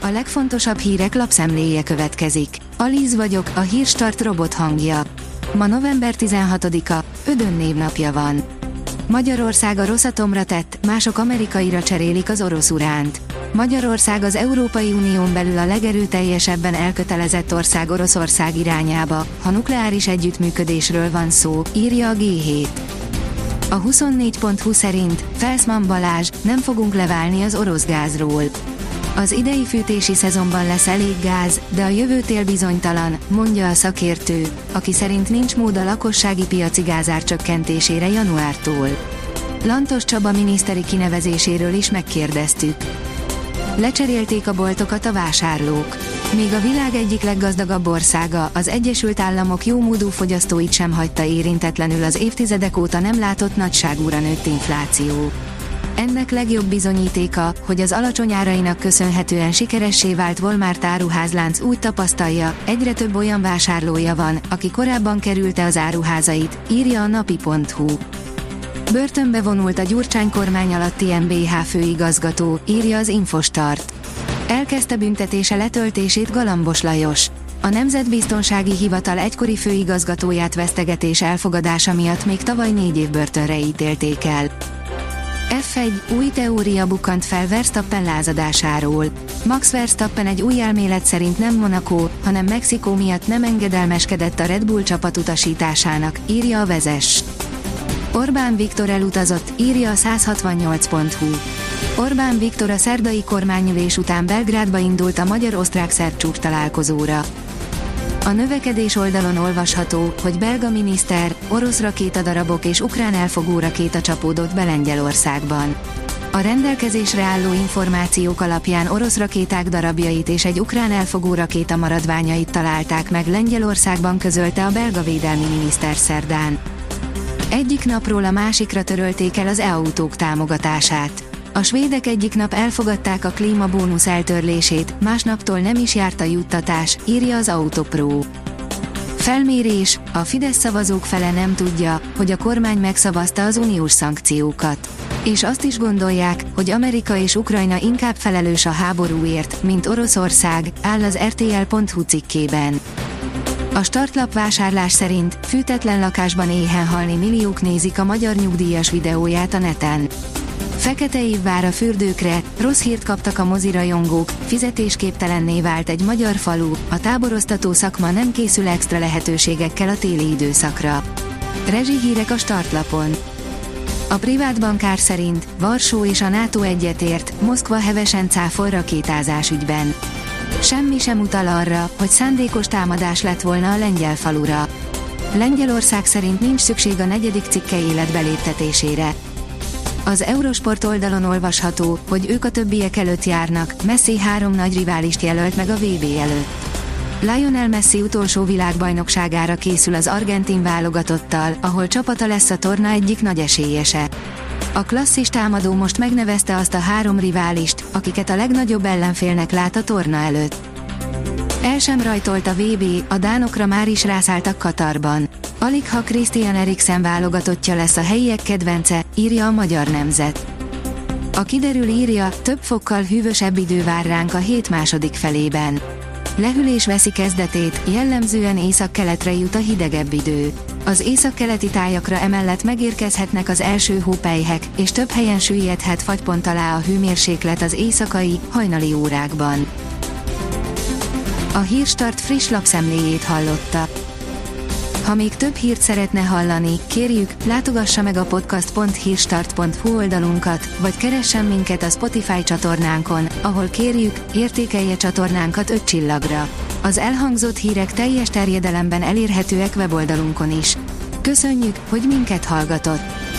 A legfontosabb hírek lapszemléje következik. Alíz vagyok, a Hírstart robot hangja. Ma november 16-a, Ödön névnapja van. Magyarország a Rosatomra tett, mások amerikaira cserélik az orosz uránt. Magyarország az Európai Unión belül a legerőteljesebben elkötelezett ország Oroszország irányába, ha nukleáris együttműködésről van szó, írja a G7. A 24.hu szerint Felszmann Balázs, nem fogunk leválni az orosz gázról. Az idei fűtési szezonban lesz elég gáz, de a jövő tél bizonytalan, mondja a szakértő, aki szerint nincs mód a lakossági piaci gázár csökkentésére januártól. Lantos Csaba miniszteri kinevezéséről is megkérdeztük. Lecserélték a boltokat a vásárlók. Még a világ egyik leggazdagabb országa, az Egyesült Államok jómódú fogyasztóit sem hagyta érintetlenül az évtizedek óta nem látott nagyságúra nőtt infláció. Ennek legjobb bizonyítéka, hogy az alacsony árainak köszönhetően sikeressé vált Walmart áruházlánc úgy tapasztalja, egyre több olyan vásárlója van, aki korábban kerülte az áruházait, írja a napi.hu. Börtönbe vonult a Gyurcsány kormány alatti MBH főigazgató, írja az Infostart. Elkezdte büntetése letöltését Galambos Lajos. A Nemzetbiztonsági Hivatal egykori főigazgatóját vesztegetés elfogadása miatt még tavaly 4 év börtönre ítélték el. F1, új teória bukkant fel Verstappen lázadásáról. Max Verstappen egy új elmélet szerint nem Monaco, hanem Mexikó miatt nem engedelmeskedett a Red Bull csapat utasításának, írja a Vezess. Orbán Viktor elutazott, írja a 168.hu. Orbán Viktor a szerdai kormányülés után Belgrádba indult a magyar-osztrák-szerb csúcstalálkozóra. A növekedés oldalon olvasható, hogy belga miniszter, orosz rakétadarabok és ukrán elfogó rakéta csapódott be Lengyelországban. A rendelkezésre álló információk alapján orosz rakéták darabjait és egy ukrán elfogó rakéta maradványait találták meg Lengyelországban, közölte a belga védelmi miniszter szerdán. Egyik napról a másikra törölték el az e-autók támogatását. A svédek egyik nap elfogadták a klímabónusz eltörlését, másnaptól nem is járt a juttatás, írja az Autopro. Felmérés, a Fidesz szavazók fele nem tudja, hogy a kormány megszavazta az uniós szankciókat. És azt is gondolják, hogy Amerika és Ukrajna inkább felelős a háborúért, mint Oroszország, áll az RTL.hu cikkében. A startlap vásárlás szerint fűtetlen lakásban éhen halni milliók nézik a magyar nyugdíjas videóját a neten. Fekete év vár a fürdőkre, rossz hírt kaptak a mozirajongók, fizetésképtelenné vált egy magyar falu, a táboroztató szakma nem készül extra lehetőségekkel a téli időszakra. Rezsihírek a startlapon. A privát bankár szerint Varsó és a NATO egyetért, Moszkva hevesen cáfol rakétázás ügyben. Semmi sem utal arra, hogy szándékos támadás lett volna a lengyel falura. Lengyelország szerint nincs szükség a 4. cikke életbeléptetésére. Az Eurosport oldalon olvasható, hogy ők a többiek előtt járnak, Messi 3 nagy riválist jelölt meg a VB előtt. Lionel Messi utolsó világbajnokságára készül az argentin válogatottal, ahol csapata lesz a torna egyik nagy esélyese. A klasszis támadó most megnevezte azt a 3 riválist, akiket a legnagyobb ellenfélnek lát a torna előtt. El sem rajtolt a VB, a dánokra már is rászálltak Katarban. Alig ha Christian Eriksen válogatottja lesz a helyiek kedvence, írja a Magyar Nemzet. A kiderül írja, több fokkal hűvösebb idő vár ránk a hét második felében. Lehűlés veszi kezdetét, jellemzően észak-keletre jut a hidegebb idő. Az északkeleti tájakra emellett megérkezhetnek az első hópelyhek, és több helyen süllyedhet fagypont alá a hőmérséklet az éjszakai, hajnali órákban. A Hírstart friss lapszemléjét hallotta. Ha még több hírt szeretne hallani, kérjük, látogassa meg a podcast.hírstart.hu oldalunkat, vagy keressen minket a Spotify csatornánkon, ahol kérjük, értékelje csatornánkat 5 csillagra. Az elhangzott hírek teljes terjedelemben elérhetőek weboldalunkon is. Köszönjük, hogy minket hallgatott!